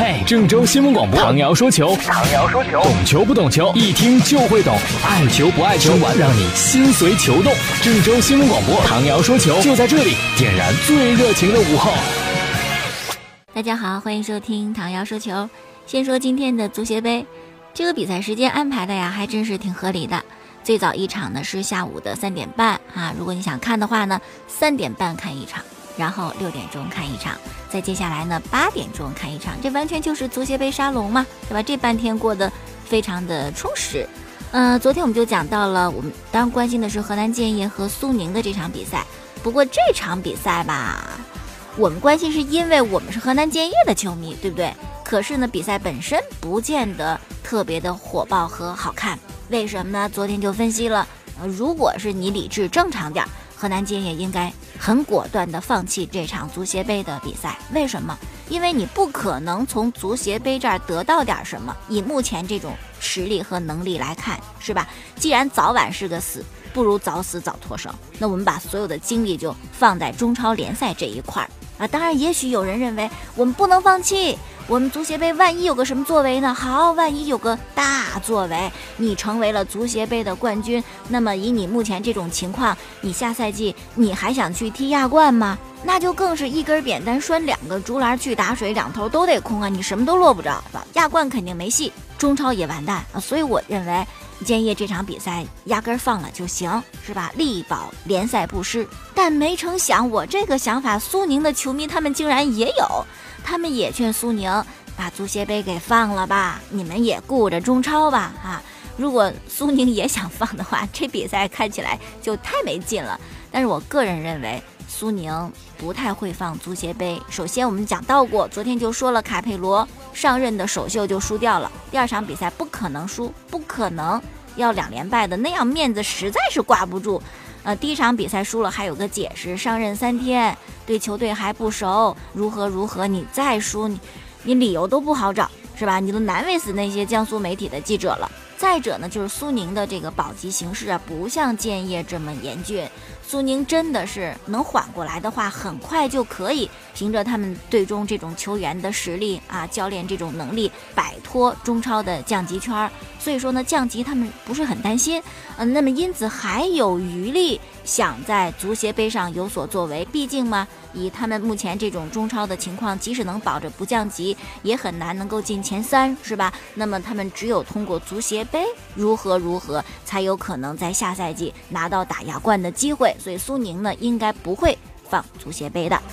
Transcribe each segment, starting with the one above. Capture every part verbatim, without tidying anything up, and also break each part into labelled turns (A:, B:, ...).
A: 嘿，郑州新闻广播，唐瑶说球，唐瑶说球，懂球不懂球，一听就会懂，爱球不爱球，玩让你心随球动。郑州新闻广播，唐瑶说球，就在这里，点燃最热情的午后。
B: 大家好，欢迎收听唐瑶说球。先说今天的足协杯，这个比赛时间安排的呀，还真是挺合理的。最早一场呢是下午的三点半啊，如果你想看的话呢，三点半看一场，然后六点钟看一场，再接下来呢八点钟看一场，这完全就是足协杯沙龙嘛，对吧？这半天过得非常的充实。呃，昨天我们就讲到了，我们当然关心的是河南建业和苏宁的这场比赛。不过这场比赛吧，我们关心是因为我们是河南建业的球迷，对不对？可是呢，比赛本身不见得特别的火爆和好看。为什么呢？昨天就分析了，呃，如果是你理智正常点，河南建业应该很果断地放弃这场足协杯的比赛。为什么？因为你不可能从足协杯这儿得到点什么，以目前这种实力和能力来看，是吧？既然早晚是个死，不如早死早脱生。那我们把所有的精力就放在中超联赛这一块儿啊。当然，也许有人认为我们不能放弃，我们足协杯万一有个什么作为呢？好，万一有个大作为，你成为了足协杯的冠军，那么以你目前这种情况，你下赛季你还想去踢亚冠吗？那就更是一根扁担拴两个竹篮去打水，两头都得空啊，你什么都落不着，是吧？亚冠肯定没戏，中超也完蛋啊。所以我认为建业这场比赛压根放了就行，是吧？力保联赛不失。但没成想，我这个想法，苏宁的球迷他们竟然也有，他们也劝苏宁把足协杯给放了吧，你们也顾着中超吧啊！如果苏宁也想放的话，这比赛看起来就太没劲了。但是我个人认为苏宁不太会放足协杯。首先我们讲到过，昨天就说了，卡佩罗上任的首秀就输掉了，第二场比赛不可能输，不可能要两连败的，那样面子实在是挂不住。呃，第一场比赛输了还有个解释，上任三天，对球队还不熟，如何如何，你再输，你你理由都不好找，是吧？你都难为死那些江苏媒体的记者了。再者呢，就是苏宁的这个保级形势啊，不像建业这么严峻。苏宁真的是能缓过来的话，很快就可以凭着他们队中这种球员的实力啊，教练这种能力摆脱中超的降级圈。所以说呢，降级他们不是很担心。嗯、呃，那么因此还有余力想在足协杯上有所作为。毕竟嘛，以他们目前这种中超的情况，即使能保着不降级，也很难能够进前三，是吧？那么他们只有通过足协杯如何如何，才有可能在下赛季拿到打亚冠的机会。所以苏宁呢，应该不会放足协杯的。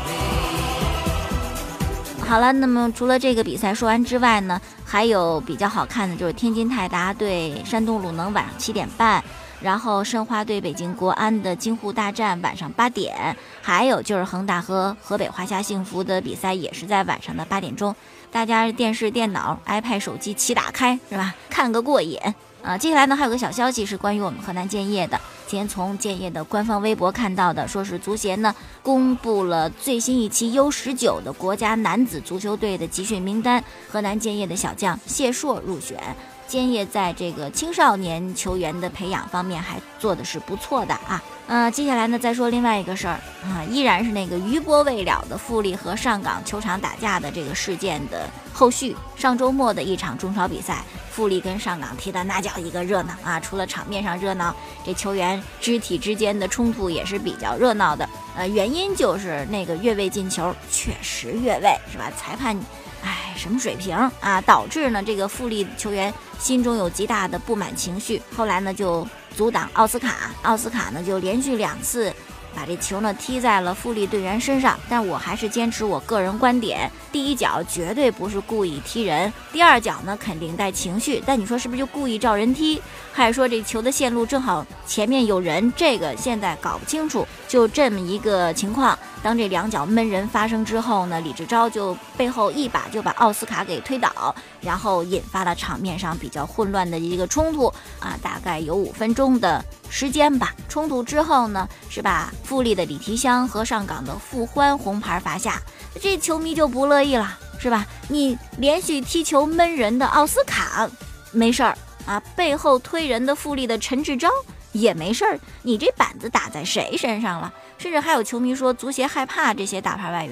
B: 好了，那么除了这个比赛说完之外呢，还有比较好看的就是天津泰达对山东鲁能晚上七点半，然后申花对北京国安的京沪大战晚上八点，还有就是恒大和河北华夏幸福的比赛也是在晚上的八点钟。大家电视、电脑、iPad、手机齐打开，是吧？看个过瘾啊！接下来呢，还有个小消息是关于我们河南建业的。今天从建业的官方微博看到的，说是足协呢公布了最新一期 U 十九 的国家男子足球队的集训名单，河南建业的小将谢硕入选。建业在这个青少年球员的培养方面还做的是不错的啊。呃，接下来呢再说另外一个事儿啊，依然是那个余波未了的富力和上港球场打架的这个事件的后续。上周末的一场中超比赛，富力跟上港踢的那叫一个热闹啊！除了场面上热闹，这球员肢体之间的冲突也是比较热闹的。呃，原因就是那个越位进球确实越位，是吧？裁判哎，什么水平啊？导致呢这个富力球员心中有极大的不满情绪，后来呢就阻挡奥斯卡，奥斯卡呢就连续两次把这球呢踢在了富力队员身上。但我还是坚持我个人观点，第一脚绝对不是故意踢人，第二脚呢肯定带情绪，但你说是不是就故意照人踢，还是说这球的线路正好前面有人，这个现在搞不清楚。就这么一个情况，当这两脚闷人发生之后呢，李志钊就背后一把就把奥斯卡给推倒，然后引发了场面上比较混乱的一个冲突啊，大概有五分钟的时间吧。冲突之后呢，是把富力的李提香和上港的傅欢红牌罚下，这球迷就不乐意了，是吧？你连续踢球闷人的奥斯卡没事儿啊，背后推人的富力的陈志钊也没事儿，你这板子打在谁身上了？甚至还有球迷说足协害怕这些大牌外援，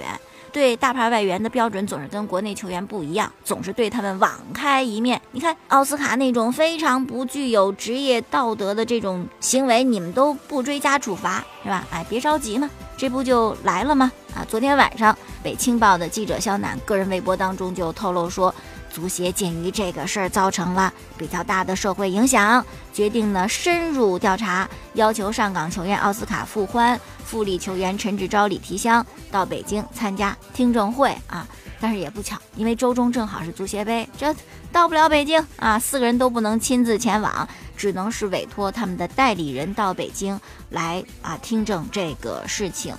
B: 对大牌外援的标准总是跟国内球员不一样，总是对他们网开一面。你看奥斯卡那种非常不具有职业道德的这种行为，你们都不追加处罚，是吧？哎，别着急嘛，这不就来了吗？啊，昨天晚上北青报的记者肖楠个人微博当中就透露说，足协鉴于这个事儿造成了比较大的社会影响，决定呢深入调查，要求上港球员奥斯卡傅欢、富力球员陈志钊、李提香到北京参加听证会啊。但是也不巧，因为周中正好是足协杯，这到不了北京啊，四个人都不能亲自前往，只能是委托他们的代理人到北京来啊听证这个事情。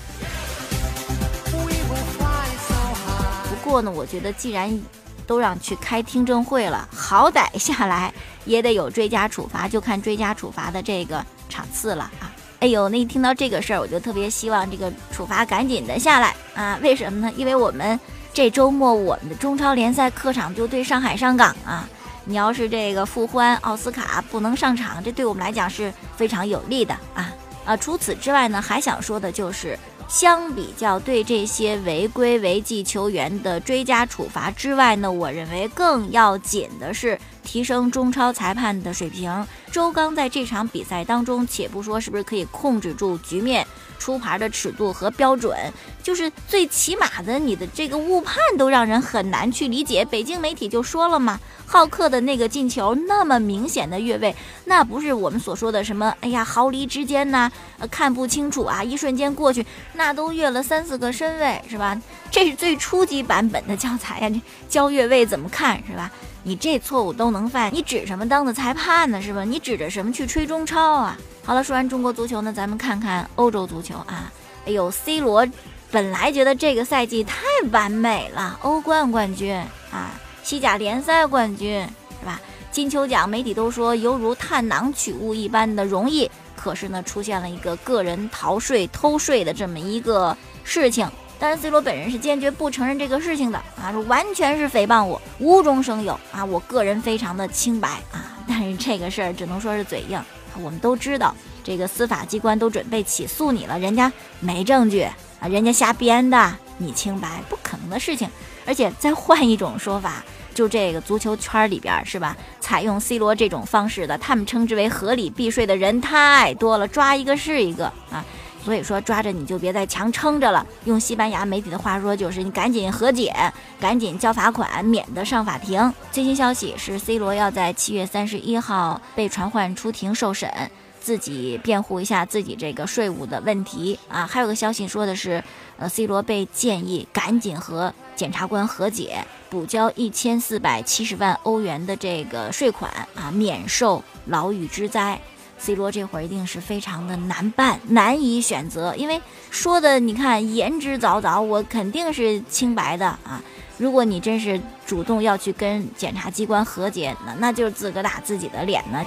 B: 不过呢，我觉得既然都让去开听证会了，好歹下来也得有追加处罚，就看追加处罚的这个场次了啊。哎呦，那一听到这个事儿，我就特别希望这个处罚赶紧的下来啊！为什么呢？因为我们这周末我们的中超联赛客场就对上海上港啊。你要是这个傅欢、奥斯卡不能上场，这对我们来讲是非常有利的啊啊！除此之外呢，还想说的就是，相比较对这些违规违纪球员的追加处罚之外呢，我认为更要紧的是提升中超裁判的水平。周刚在这场比赛当中，且不说是不是可以控制住局面、出牌的尺度和标准，就是最起码的你的这个误判都让人很难去理解。北京媒体就说了嘛，浩克的那个进球那么明显的越位，那不是我们所说的什么哎呀毫厘之间呐、呃、看不清楚啊，一瞬间过去，那都越了三四个身位，是吧？这是最初级版本的教材呀，这教越位怎么看，是吧？你这错误都能犯，你指什么当的裁判呢，是吧？你指着什么去吹中超啊？好了，说完中国足球呢，咱们看看欧洲足球啊。哎呦 C 罗本来觉得这个赛季太完美了，欧冠冠军啊，西甲联赛冠军，是吧？金球奖媒体都说犹如探囊取物一般的容易，可是呢出现了一个个人逃税偷税的这么一个事情。但是 C 罗本人是坚决不承认这个事情的啊，完全是诽谤我，无中生有啊，我个人非常的清白啊。但是这个事儿只能说是嘴硬，我们都知道这个司法机关都准备起诉你了，人家没证据啊，人家瞎编的，你清白不可能的事情。而且再换一种说法，就这个足球圈里边是吧，采用 C 罗这种方式的，他们称之为合理避税的人太多了，抓一个是一个啊。所以说抓着你就别再强撑着了，用西班牙媒体的话说就是你赶紧和解，赶紧交罚款，免得上法庭。最新消息是 C 罗要在七月三十一号被传唤出庭受审，自己辩护一下自己这个税务的问题啊。还有个消息说的是呃 C 罗被建议赶紧和检察官和解，补交一千四百七十万欧元的这个税款啊，免受牢狱之灾。C 罗这会儿一定是非常的难办，难以选择，因为说的你看言之凿凿，我肯定是清白的啊。如果你真是主动要去跟检察机关和解，那那就是自个打自己的脸呢。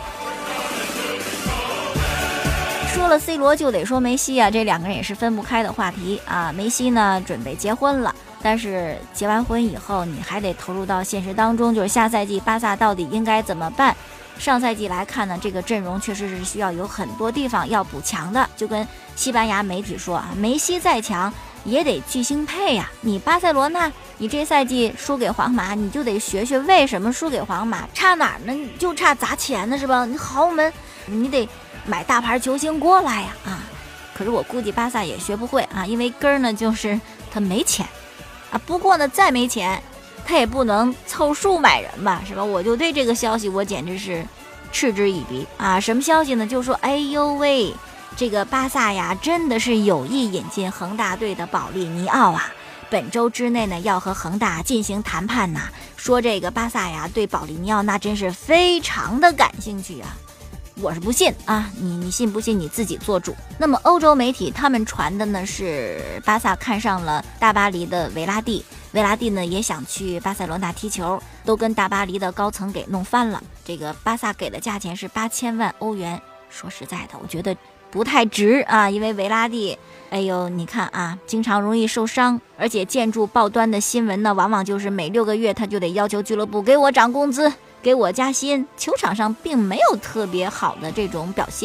B: 说了 C 罗就得说梅西啊，这两个人也是分不开的话题啊。梅西呢准备结婚了，但是结完婚以后你还得投入到现实当中，就是下赛季巴萨到底应该怎么办。上赛季来看呢，这个阵容确实是需要有很多地方要补强的，就跟西班牙媒体说啊，梅西再强也得巨星配呀、啊。你巴塞罗那，你这赛季输给皇马，你就得学学为什么输给皇马，差哪儿呢？就差砸钱呢，是吧？你豪门，你得买大牌球星过来呀啊！可是我估计巴萨也学不会啊，因为根儿呢就是他没钱啊。不过呢，再没钱，他也不能凑数买人吧，是吧？我就对这个消息我简直是嗤之以鼻啊！什么消息呢？就说哎呦喂，这个巴萨呀真的是有意引进恒大队的保利尼奥啊，本周之内呢要和恒大进行谈判呐、啊，说这个巴萨呀对保利尼奥那真是非常的感兴趣啊。我是不信啊，你你信不信你自己做主。那么欧洲媒体他们传的呢是巴萨看上了大巴黎的维拉蒂，维拉蒂呢也想去巴塞罗那踢球，都跟大巴黎的高层给弄翻了。这个巴萨给的价钱是八千万欧元，说实在的，我觉得不太值啊，因为维拉蒂，哎呦，你看啊，经常容易受伤，而且建筑报端的新闻呢，往往就是每六个月他就得要求俱乐部给我涨工资，给我加薪，球场上并没有特别好的这种表现，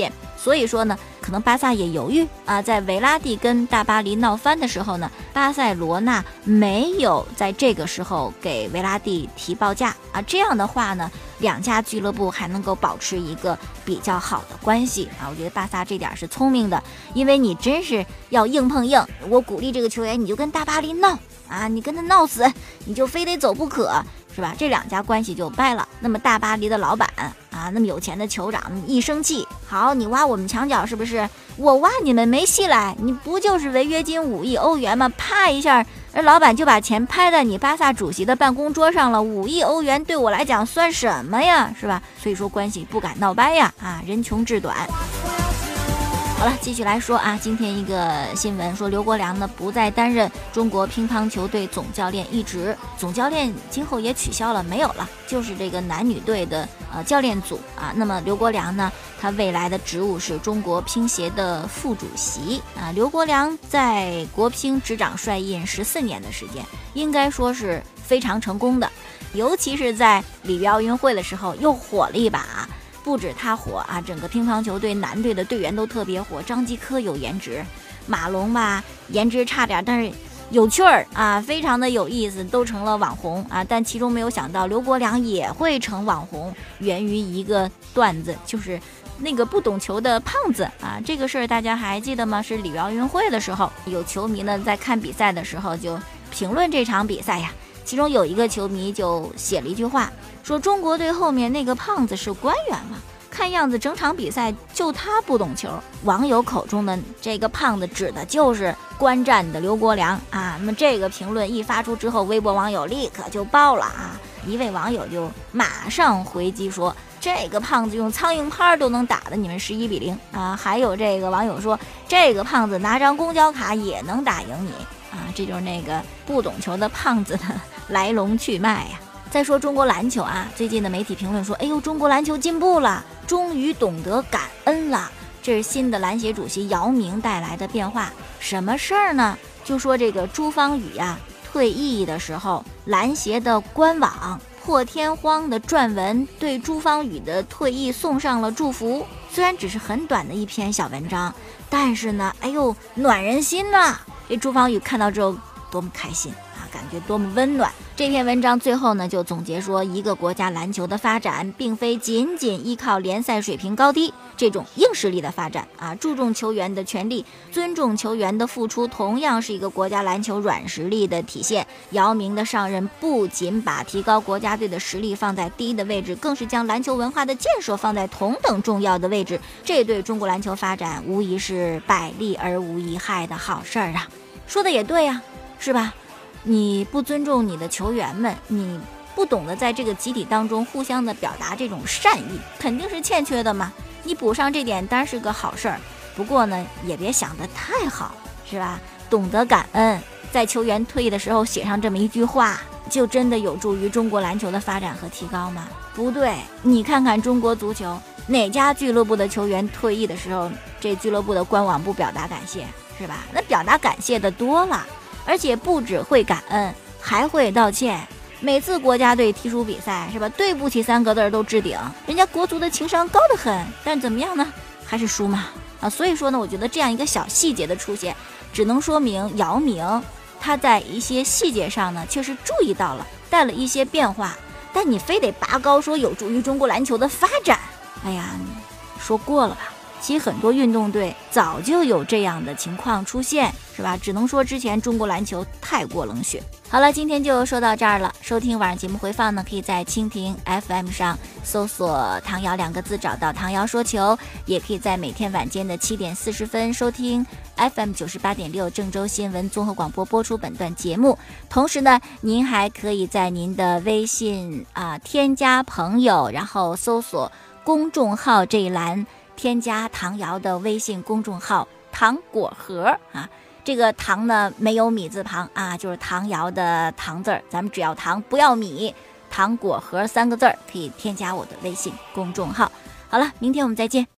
B: 所以说呢，可能巴萨也犹豫啊，在维拉蒂跟大巴黎闹翻的时候呢，巴塞罗那没有在这个时候给维拉蒂提报价啊，这样的话呢，两家俱乐部还能够保持一个比较好的关系啊。我觉得巴萨这点是聪明的，因为你真是要硬碰硬，我鼓励这个球员，你就跟大巴黎闹啊，你跟他闹死，你就非得走不可。是吧？这两家关系就掰了。那么大巴黎的老板啊，那么有钱的酋长一生气，好，你挖我们墙角是不是？我挖你们没戏来，你不就是违约金五亿欧元吗？啪一下，而老板就把钱拍在你巴萨主席的办公桌上了。五亿欧元对我来讲算什么呀？是吧？所以说关系不敢闹掰呀，啊，人穷志短。好了，继续来说啊，今天一个新闻说刘国梁呢不再担任中国乒乓球队总教练一职，总教练今后也取消了，没有了，就是这个男女队的呃教练组啊。那么刘国梁呢，他未来的职务是中国乒协的副主席啊。刘国梁在国乒执掌帅印十四年的时间，应该说是非常成功的，尤其是在里约奥运会的时候又火了一把啊。不止他火啊，整个乒乓球队男队的队员都特别火。张继科有颜值，马龙吧颜值差点，但是有趣儿啊，非常的有意思，都成了网红啊。但其中没有想到刘国梁也会成网红，源于一个段子，就是那个不懂球的胖子啊。这个事儿大家还记得吗？是里约奥运会的时候，有球迷呢在看比赛的时候就评论这场比赛呀。其中有一个球迷就写了一句话，说中国队后面那个胖子是官员吗？看样子整场比赛就他不懂球。网友口中的这个胖子指的就是观战的刘国梁啊。那么这个评论一发出之后，微博网友立刻就爆了啊！一位网友就马上回击说，这个胖子用苍蝇拍都能打的你们十一比零啊！还有这个网友说，这个胖子拿张公交卡也能打赢你啊！这就是那个不懂球的胖子的来龙去脉呀。再说中国篮球啊，最近的媒体评论说，哎呦，中国篮球进步了，终于懂得感恩了。这是新的篮协主席姚明带来的变化。什么事儿呢？就说这个朱芳雨呀、啊、退役的时候，篮协的官网破天荒的撰文对朱芳雨的退役送上了祝福。虽然只是很短的一篇小文章，但是呢，哎呦，暖人心呐！这朱芳雨看到之后多么开心啊，感觉多么温暖。这篇文章最后呢，就总结说，一个国家篮球的发展并非仅仅依靠联赛水平高低这种硬实力的发展啊，注重球员的权利，尊重球员的付出，同样是一个国家篮球软实力的体现。姚明的上任不仅把提高国家队的实力放在第一的位置，更是将篮球文化的建设放在同等重要的位置，这对中国篮球发展无疑是百利而无一害的好事儿啊。说的也对呀、啊，是吧？你不尊重你的球员们，你不懂得在这个集体当中互相的表达这种善意，肯定是欠缺的嘛。你补上这点当然是个好事儿，不过呢，也别想得太好，是吧？懂得感恩，在球员退役的时候写上这么一句话，就真的有助于中国篮球的发展和提高吗？不对，你看看中国足球，哪家俱乐部的球员退役的时候，这俱乐部的官网不表达感谢，是吧？那表达感谢的多了。而且不只会感恩，还会道歉。每次国家队踢出比赛，是吧？对不起三个字都置顶，人家国足的情商高得很，但怎么样呢？还是输嘛啊！所以说呢，我觉得这样一个小细节的出现，只能说明姚明他在一些细节上呢，确实注意到了，带了一些变化。但你非得拔高说有助于中国篮球的发展，哎呀，说过了吧？其实很多运动队早就有这样的情况出现，是吧？只能说之前中国篮球太过冷血。好了，今天就说到这儿了。收听晚上节目回放呢，可以在蜻蜓 F M 上搜索唐瑶两个字找到唐瑶说球，也可以在每天晚间的七点四十分收听 F M 九十八点六郑州新闻综合广播播出本段节目。同时呢，您还可以在您的微信啊、呃、添加朋友，然后搜索公众号这一栏，添加唐瑶的微信公众号糖果盒啊，这个糖呢没有米字旁啊，就是唐瑶的糖字儿，咱们只要糖不要米，糖果盒三个字儿可以添加我的微信公众号。好了，明天我们再见。